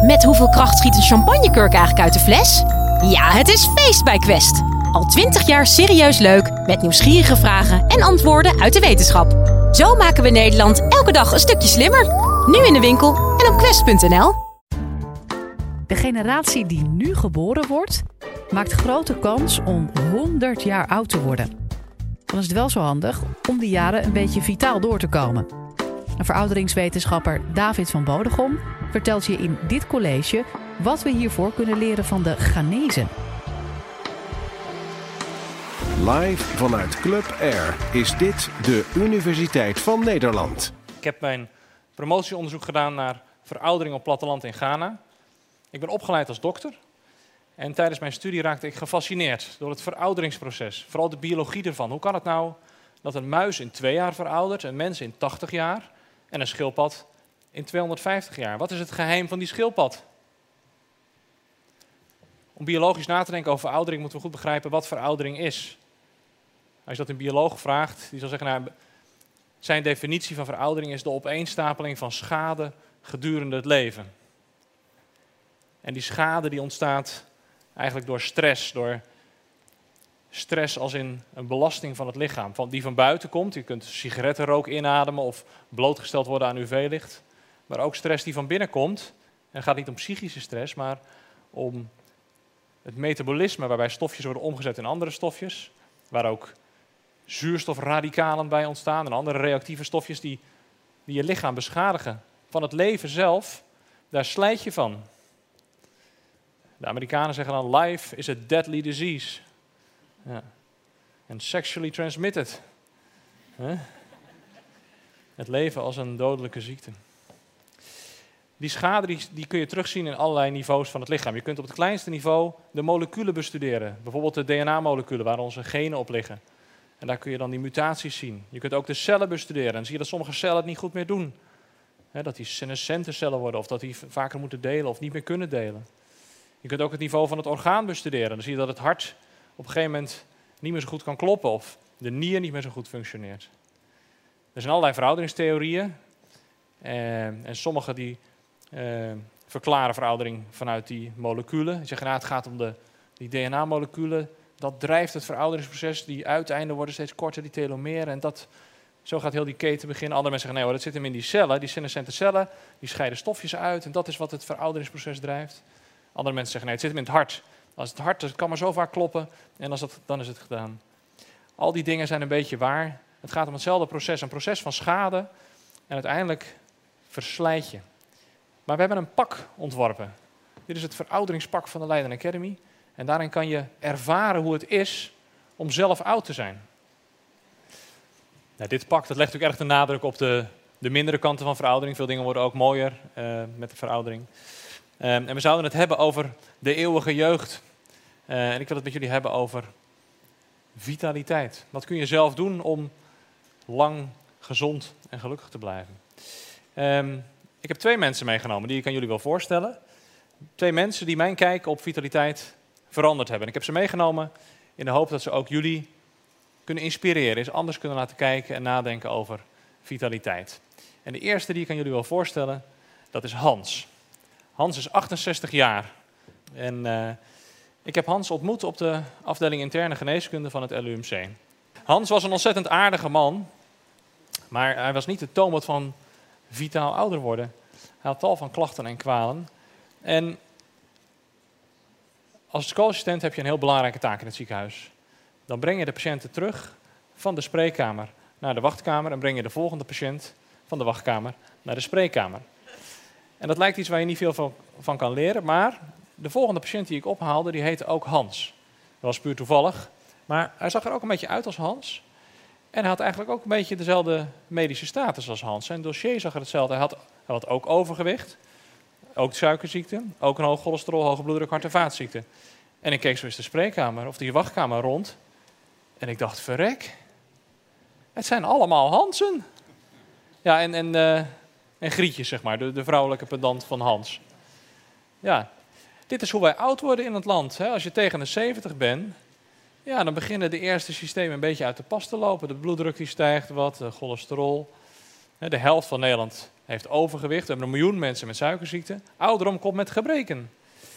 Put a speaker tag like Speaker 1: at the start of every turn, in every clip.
Speaker 1: Met hoeveel kracht schiet een champagnekurk eigenlijk uit de fles? Ja, het is feest bij Quest. Al 20 jaar serieus leuk, met nieuwsgierige vragen en antwoorden uit de wetenschap. Zo maken we Nederland elke dag een stukje slimmer. Nu in de winkel en op quest.nl.
Speaker 2: De generatie die nu geboren wordt, maakt grote kans om 100 jaar oud te worden. Dan is het wel zo handig om die jaren een beetje vitaal door te komen. Een verouderingswetenschapper David van Bodegom vertelt je in dit college wat we hiervoor kunnen leren van de Ghanezen.
Speaker 3: Live vanuit Club Air is dit de Universiteit van Nederland.
Speaker 4: Ik heb mijn promotieonderzoek gedaan naar veroudering op platteland in Ghana. Ik ben opgeleid als dokter. En tijdens mijn studie raakte ik gefascineerd door het verouderingsproces. Vooral de biologie ervan. Hoe kan het nou dat een muis in 2 jaar veroudert, een mens in 80 jaar en een schildpad in 250 jaar? Wat is het geheim van die schildpad? Om biologisch na te denken over veroudering moeten we goed begrijpen wat veroudering is. Als je dat een bioloog vraagt, die zal zeggen, nou, zijn definitie van veroudering is de opeenstapeling van schade gedurende het leven. En die schade die ontstaat eigenlijk door stress als in een belasting van het lichaam, die van buiten komt. Je kunt sigarettenrook inademen of blootgesteld worden aan UV-licht. Maar ook stress die van binnen komt. En het gaat niet om psychische stress, maar om het metabolisme waarbij stofjes worden omgezet in andere stofjes. Waar ook zuurstofradicalen bij ontstaan en andere reactieve stofjes die je lichaam beschadigen. Van het leven zelf, daar slijt je van. De Amerikanen zeggen dan, life is a deadly disease. Ja. En sexually transmitted. Het leven als een dodelijke ziekte. Die schade die kun je terugzien in allerlei niveaus van het lichaam. Je kunt op het kleinste niveau de moleculen bestuderen. Bijvoorbeeld de DNA-moleculen waar onze genen op liggen. En daar kun je dan die mutaties zien. Je kunt ook de cellen bestuderen. En dan zie je dat sommige cellen het niet goed meer doen. Dat die senescente cellen worden of dat die vaker moeten delen of niet meer kunnen delen. Je kunt ook het niveau van het orgaan bestuderen. Dan zie je dat het hart op een gegeven moment niet meer zo goed kan kloppen of de nier niet meer zo goed functioneert. Er zijn allerlei verouderingstheorieën. En sommige die verklaren veroudering vanuit die moleculen. Die zeggen, het gaat om die DNA-moleculen. Dat drijft het verouderingsproces. Die uiteinden worden steeds korter, die telomeren. En zo gaat heel die keten beginnen. Andere mensen zeggen, nee hoor, dat zit hem in die cellen. Die senescente cellen, die scheiden stofjes uit. En dat is wat het verouderingsproces drijft. Andere mensen zeggen, nee, het zit hem in het hart. Als het hart, het kan maar zo vaak kloppen. En dan is het gedaan. Al die dingen zijn een beetje waar. Het gaat om hetzelfde proces. Een proces van schade. En uiteindelijk verslijt je. Maar we hebben een pak ontworpen. Dit is het verouderingspak van de Leiden Academy. En daarin kan je ervaren hoe het is om zelf oud te zijn. Nou, dit pak dat legt natuurlijk erg de nadruk op de mindere kanten van veroudering. Veel dingen worden ook mooier met de veroudering. En we zouden het hebben over de eeuwige jeugd. En ik wil het met jullie hebben over vitaliteit. Wat kun je zelf doen om lang, gezond en gelukkig te blijven? Ik heb 2 mensen meegenomen die ik aan jullie wil voorstellen. 2 mensen die mijn kijk op vitaliteit veranderd hebben. Ik heb ze meegenomen in de hoop dat ze ook jullie kunnen inspireren. Eens anders kunnen laten kijken en nadenken over vitaliteit. En de eerste die ik aan jullie wil voorstellen, dat is Hans. Hans is 68 jaar. En ik heb Hans ontmoet op de afdeling interne geneeskunde van het LUMC. Hans was een ontzettend aardige man. Maar hij was niet de toonbeeld van vitaal ouder worden. Hij had tal van klachten en kwalen. En als schoolassistent heb je een heel belangrijke taak in het ziekenhuis. Dan breng je de patiënten terug van de spreekkamer naar de wachtkamer en breng je de volgende patiënt van de wachtkamer naar de spreekkamer. En dat lijkt iets waar je niet veel van kan leren, maar de volgende patiënt die ik ophaalde, die heette ook Hans. Dat was puur toevallig, maar hij zag er ook een beetje uit als Hans. En hij had eigenlijk ook een beetje dezelfde medische status als Hans. Zijn dossier zag er hetzelfde. Hij had ook overgewicht, ook suikerziekte, ook een hoog cholesterol, hoge bloeddruk, hart- en vaatziekte. En ik keek zo eens de spreekkamer of die wachtkamer rond. En ik dacht, verrek, het zijn allemaal Hansen. Ja, en Grietje, zeg maar, de vrouwelijke pedant van Hans. Ja, dit is hoe wij oud worden in het land. Hè. Als je tegen de 70 bent, ja, dan beginnen de eerste systemen een beetje uit de pas te lopen. De bloeddruk die stijgt wat, de cholesterol. De helft van Nederland heeft overgewicht. We hebben 1 miljoen mensen met suikerziekte. Ouderdom komt met gebreken.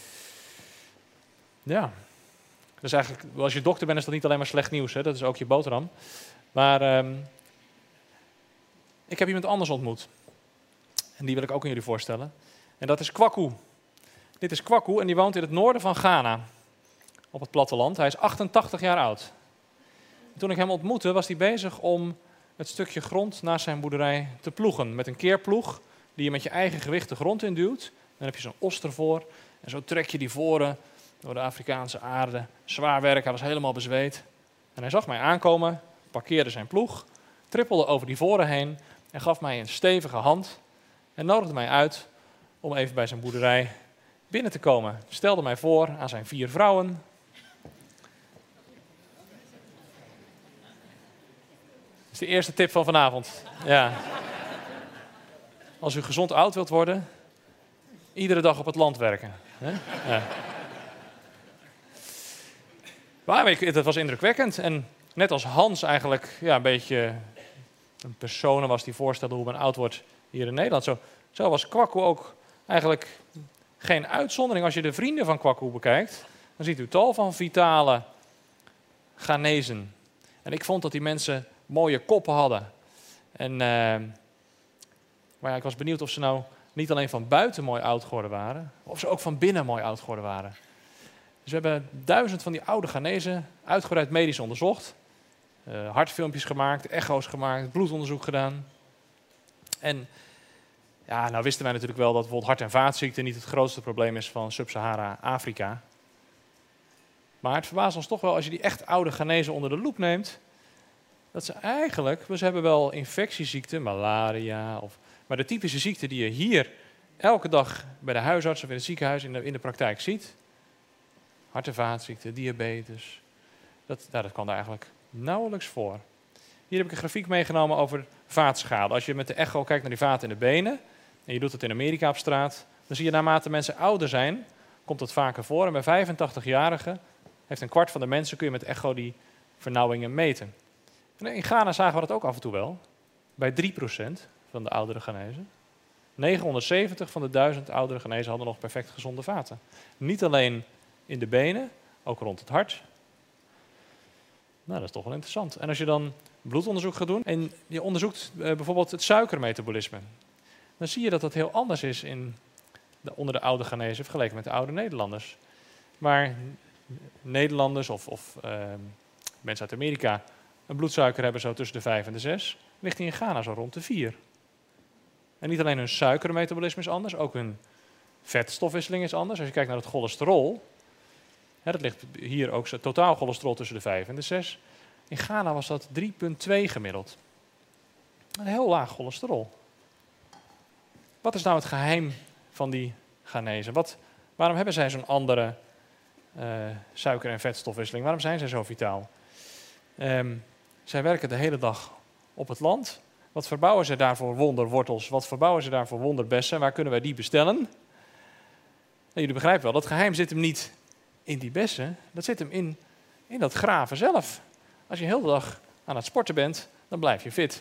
Speaker 4: Ja. Dus eigenlijk, als je dokter bent, is dat niet alleen maar slecht nieuws. Hè? Dat is ook je boterham. Maar ik heb iemand anders ontmoet. En die wil ik ook aan jullie voorstellen. En dat is Kwaku. Dit is Kwaku en die woont in het noorden van Ghana. Op het platteland. Hij is 88 jaar oud. Toen ik hem ontmoette, was hij bezig om het stukje grond naast zijn boerderij te ploegen. Met een keerploeg die je met je eigen gewicht de grond induwt. Dan heb je zo'n os ervoor. En zo trek je die voren door de Afrikaanse aarde. Zwaar werk, hij was helemaal bezweet. En hij zag mij aankomen, parkeerde zijn ploeg, trippelde over die voren heen en gaf mij een stevige hand. En nodigde mij uit om even bij zijn boerderij binnen te komen. Stelde mij voor aan zijn 4 vrouwen. Dat is de eerste tip van vanavond. Ja. Als u gezond oud wilt worden, iedere dag op het land werken. Ja. Maar het was indrukwekkend. En net als Hans eigenlijk een beetje een persoon was die voorstelde hoe men oud wordt hier in Nederland. Zo was Kwaku ook eigenlijk geen uitzondering. Als je de vrienden van Kwaku bekijkt, dan ziet u tal van vitale Ghanezen. En ik vond dat die mensen mooie koppen hadden. Maar ik was benieuwd of ze nou niet alleen van buiten mooi oud geworden waren, of ze ook van binnen mooi oud geworden waren. Dus we hebben 1000 van die oude Ghanezen uitgebreid medisch onderzocht. Hartfilmpjes gemaakt, echo's gemaakt, bloedonderzoek gedaan. En ja, nou wisten wij natuurlijk wel dat bijvoorbeeld hart- en vaatziekten niet het grootste probleem is van Sub-Sahara-Afrika. Maar het verbaast ons toch wel als je die echt oude Ghanezen onder de loep neemt, dat ze eigenlijk, ze hebben wel infectieziekten, malaria, maar de typische ziekten die je hier elke dag bij de huisarts of in het ziekenhuis in de praktijk ziet, hart- en vaatziekten, diabetes, dat kwam daar eigenlijk nauwelijks voor. Hier heb ik een grafiek meegenomen over vaatschade. Als je met de echo kijkt naar die vaten in de benen, en je doet het in Amerika op straat, dan zie je naarmate mensen ouder zijn, komt dat vaker voor. En bij 85-jarigen heeft 1/4 van de mensen, kun je met echo die vernauwingen meten. En in Ghana zagen we dat ook af en toe wel, bij 3% van de oudere Ghanezen. 970 van de 1000 oudere Ghanezen hadden nog perfect gezonde vaten. Niet alleen in de benen, ook rond het hart. Nou, dat is toch wel interessant. En als je dan bloedonderzoek gaat doen en je onderzoekt bijvoorbeeld het suikermetabolisme, dan zie je dat dat heel anders is onder de oude Ghanezen vergeleken met de oude Nederlanders. Maar Nederlanders of mensen uit Amerika een bloedsuiker hebben zo tussen de 5 en de 6, ligt die in Ghana zo rond de 4. En niet alleen hun suikermetabolisme is anders, ook hun vetstofwisseling is anders. Als je kijkt naar het cholesterol, dat ligt hier ook totaal cholesterol tussen de 5 en de 6. In Ghana was dat 3,2 gemiddeld. Een heel laag cholesterol. Wat is nou het geheim van die Ghanezen? Waarom hebben zij zo'n andere suiker- en vetstofwisseling? Waarom zijn zij zo vitaal? Zij werken de hele dag op het land. Wat verbouwen ze daar voor wonderwortels? Wat verbouwen ze daar voor wonderbessen? Waar kunnen wij die bestellen? En jullie begrijpen wel, dat geheim zit hem niet in die bessen. Dat zit hem in dat graven zelf. Als je heel de dag aan het sporten bent, dan blijf je fit.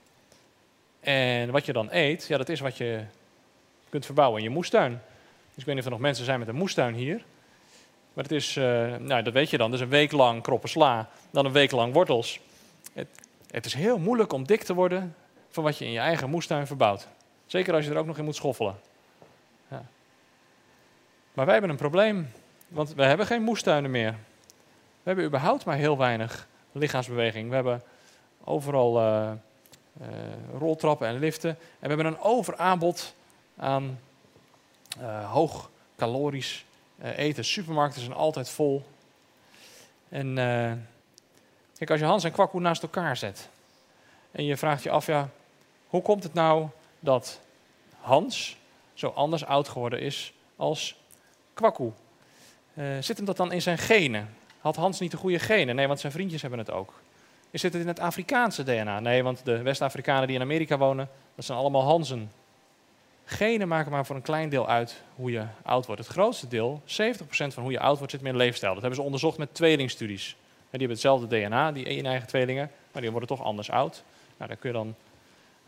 Speaker 4: En wat je dan eet, dat is wat je kunt verbouwen in je moestuin. Dus ik weet niet of er nog mensen zijn met een moestuin hier. Maar het is, dat weet je dan, dus een week lang kroppen sla, dan een week lang wortels. Het is heel moeilijk om dik te worden van wat je in je eigen moestuin verbouwt. Zeker als je er ook nog in moet schoffelen. Ja. Maar wij hebben een probleem, want we hebben geen moestuinen meer. We hebben überhaupt maar heel weinig lichaamsbeweging. We hebben overal roltrappen en liften. En we hebben een overaanbod aan hoog calorisch eten. Supermarkten zijn altijd vol. En kijk, als je Hans en Kwaku naast elkaar zet en je vraagt je af, hoe komt het nou dat Hans zo anders oud geworden is als Kwaku? Zit hem dat dan in zijn genen? Had Hans niet de goede genen? Nee, want zijn vriendjes hebben het ook. Zit het in het Afrikaanse DNA? Nee, want de West-Afrikanen die in Amerika wonen, dat zijn allemaal Hansen. Genen maken maar voor een klein deel uit hoe je oud wordt. Het grootste deel, 70% van hoe je oud wordt, zit meer in leefstijl. Dat hebben ze onderzocht met tweelingstudies. Die hebben hetzelfde DNA, die eigen tweelingen, maar die worden toch anders oud. Nou, daar kun je dan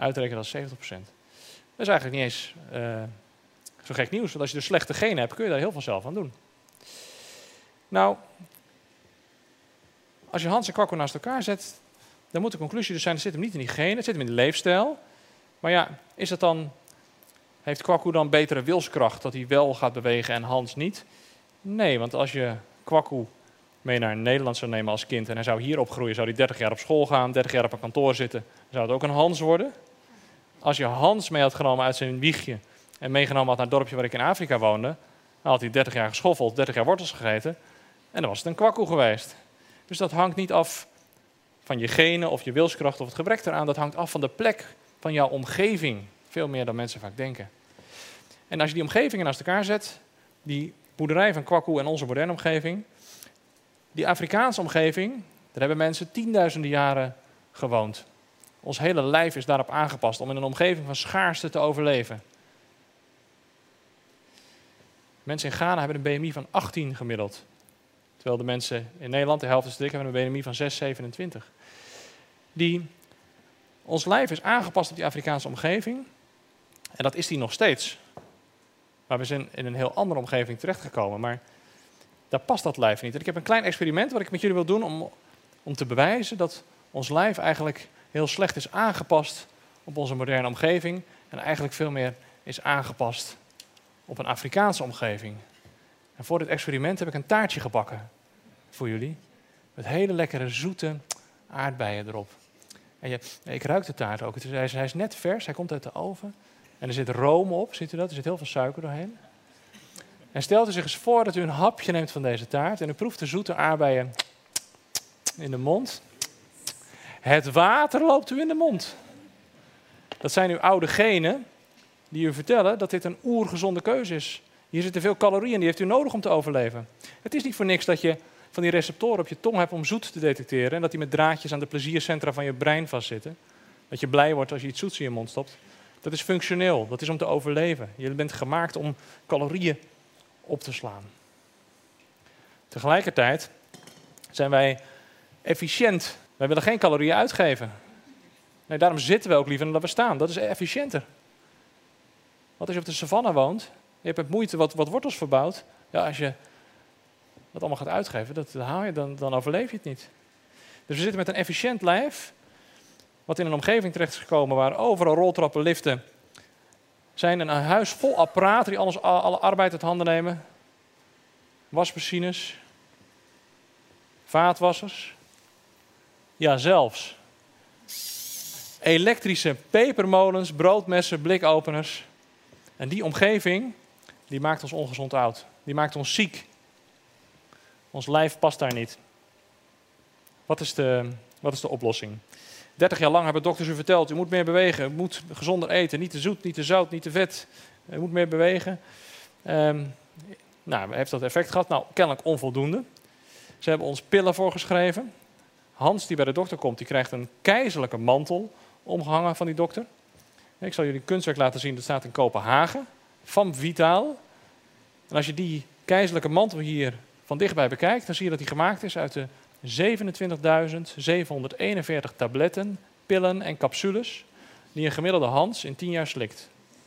Speaker 4: Uitrekenen als 70%. Dat is eigenlijk niet eens zo gek nieuws. Want als je dus slechte genen hebt, kun je daar heel veel zelf aan doen. Nou, als je Hans en kwakkel naast elkaar zet, dan moet de conclusie dus zijn, het zit hem niet in die genen, het zit hem in de leefstijl. Maar ja, heeft kwakkel dan betere wilskracht dat hij wel gaat bewegen en Hans niet? Nee, want als je kwakkel mee naar Nederland zou nemen als kind en hij zou hier opgroeien, zou hij 30 jaar op school gaan, 30 jaar op een kantoor zitten, dan zou het ook een Hans worden. Als je Hans mee had genomen uit zijn wiegje en meegenomen had naar het dorpje waar ik in Afrika woonde, dan had hij 30 jaar geschoffeld, 30 jaar wortels gegeten en dan was het een kwakkel geweest. Dus dat hangt niet af van je genen of je wilskracht of het gebrek eraan, dat hangt af van de plek van jouw omgeving. Veel meer dan mensen vaak denken. En als je die omgevingen naast elkaar zet, die boerderij van kwakkel en onze moderne omgeving, die Afrikaanse omgeving, daar hebben mensen tienduizenden jaren gewoond. Ons hele lijf is daarop aangepast om in een omgeving van schaarste te overleven. Mensen in Ghana hebben een BMI van 18 gemiddeld. Terwijl de mensen in Nederland, de helft is dik, hebben een BMI van 6,27. Ons lijf is aangepast op die Afrikaanse omgeving. En dat is die nog steeds. Maar we zijn in een heel andere omgeving terechtgekomen. Maar daar past dat lijf niet. En ik heb een klein experiment wat ik met jullie wil doen om te bewijzen dat ons lijf eigenlijk heel slecht is aangepast op onze moderne omgeving. En eigenlijk veel meer is aangepast op een Afrikaanse omgeving. En voor dit experiment heb ik een taartje gebakken voor jullie. Met hele lekkere zoete aardbeien erop. En ik ruik de taart ook. Hij is net vers, hij komt uit de oven. En er zit room op, ziet u dat? Er zit heel veel suiker doorheen. En stelt u zich eens voor dat u een hapje neemt van deze taart en u proeft de zoete aardbeien in de mond. Het water loopt u in de mond. Dat zijn uw oude genen die u vertellen dat dit een oergezonde keuze is. Hier zitten veel calorieën, die heeft u nodig om te overleven. Het is niet voor niks dat je van die receptoren op je tong hebt om zoet te detecteren en dat die met draadjes aan de pleziercentra van je brein vastzitten. Dat je blij wordt als je iets zoets in je mond stopt. Dat is functioneel, dat is om te overleven. Je bent gemaakt om calorieën op te slaan. Tegelijkertijd zijn wij efficiënt. Wij willen geen calorieën uitgeven. Nee, daarom zitten we ook liever dan dat we staan. Dat is efficiënter. Want als je op de savanne woont, je hebt met moeite wat wortels verbouwd. Ja, als je dat allemaal gaat uitgeven, dat haal je, dan overleef je het niet. Dus we zitten met een efficiënt lijf, wat in een omgeving terecht is gekomen waar overal roltrappen, liften zijn. Een huis vol apparaten die alle arbeid uit handen nemen. Wasmachines, vaatwassers. Ja, zelfs elektrische pepermolens, broodmessen, blikopeners. En die omgeving, die maakt ons ongezond oud. Die maakt ons ziek. Ons lijf past daar niet. Wat is de oplossing? 30 jaar lang hebben dokters u verteld, u moet meer bewegen, u moet gezonder eten, niet te zoet, niet te zout, niet te vet. U moet meer bewegen. Heeft dat effect gehad? Nou, kennelijk onvoldoende. Ze hebben ons pillen voorgeschreven. Hans, die bij de dokter komt, die krijgt een keizerlijke mantel omgehangen van die dokter. Ik zal jullie een kunstwerk laten zien, dat staat in Kopenhagen, van Vitaal. En als je die keizerlijke mantel hier van dichtbij bekijkt, dan zie je dat die gemaakt is uit de 27.741 tabletten, pillen en capsules die een gemiddelde Hans in 10 jaar slikt.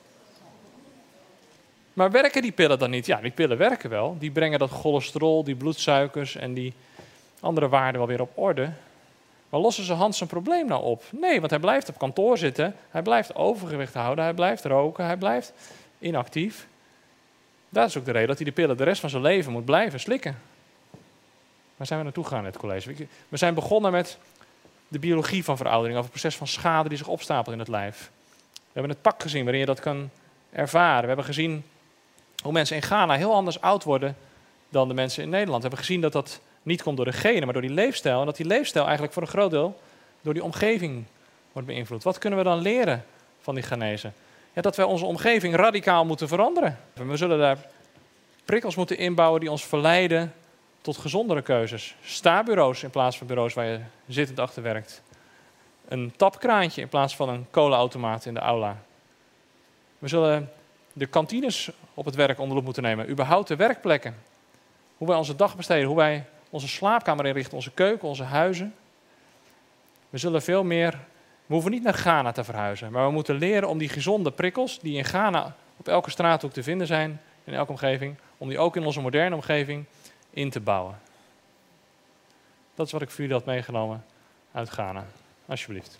Speaker 4: Maar werken die pillen dan niet? Ja, die pillen werken wel. Die brengen dat cholesterol, die bloedsuikers en die andere waarden wel weer op orde. Maar lossen ze Hans zijn probleem nou op? Nee, want hij blijft op kantoor zitten, hij blijft overgewicht houden, hij blijft roken, hij blijft inactief. Dat is ook de reden dat hij de pillen de rest van zijn leven moet blijven slikken. Waar zijn we naartoe gegaan in het college? We zijn begonnen met de biologie van veroudering, over het proces van schade die zich opstapelt in het lijf. We hebben het pak gezien waarin je dat kan ervaren. We hebben gezien hoe mensen in Ghana heel anders oud worden dan de mensen in Nederland. We hebben gezien dat dat niet komt door de genen, maar door die leefstijl. En dat die leefstijl eigenlijk voor een groot deel door die omgeving wordt beïnvloed. Wat kunnen we dan leren van die Ghanezen? Ja, dat wij onze omgeving radicaal moeten veranderen. We zullen daar prikkels moeten inbouwen die ons verleiden tot gezondere keuzes. Stabureaus in plaats van bureaus waar je zittend achter werkt. Een tapkraantje in plaats van een kolenautomaat in de aula. We zullen de kantines op het werk onder loep moeten nemen. Überhaupt de werkplekken. Hoe wij onze dag besteden, hoe wij onze slaapkamer inrichten, onze keuken, onze huizen. We zullen veel meer We hoeven niet naar Ghana te verhuizen, maar we moeten leren om die gezonde prikkels die in Ghana op elke straathoek te vinden zijn, in elke omgeving, om die ook in onze moderne omgeving in te bouwen. Dat is wat ik voor jullie had meegenomen uit Ghana. Alsjeblieft.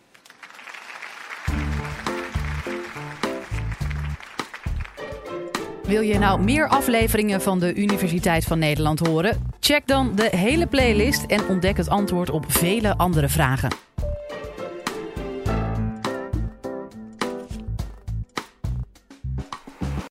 Speaker 2: Wil je nou meer afleveringen van de Universiteit van Nederland horen? Check dan de hele playlist en ontdek het antwoord op vele andere vragen.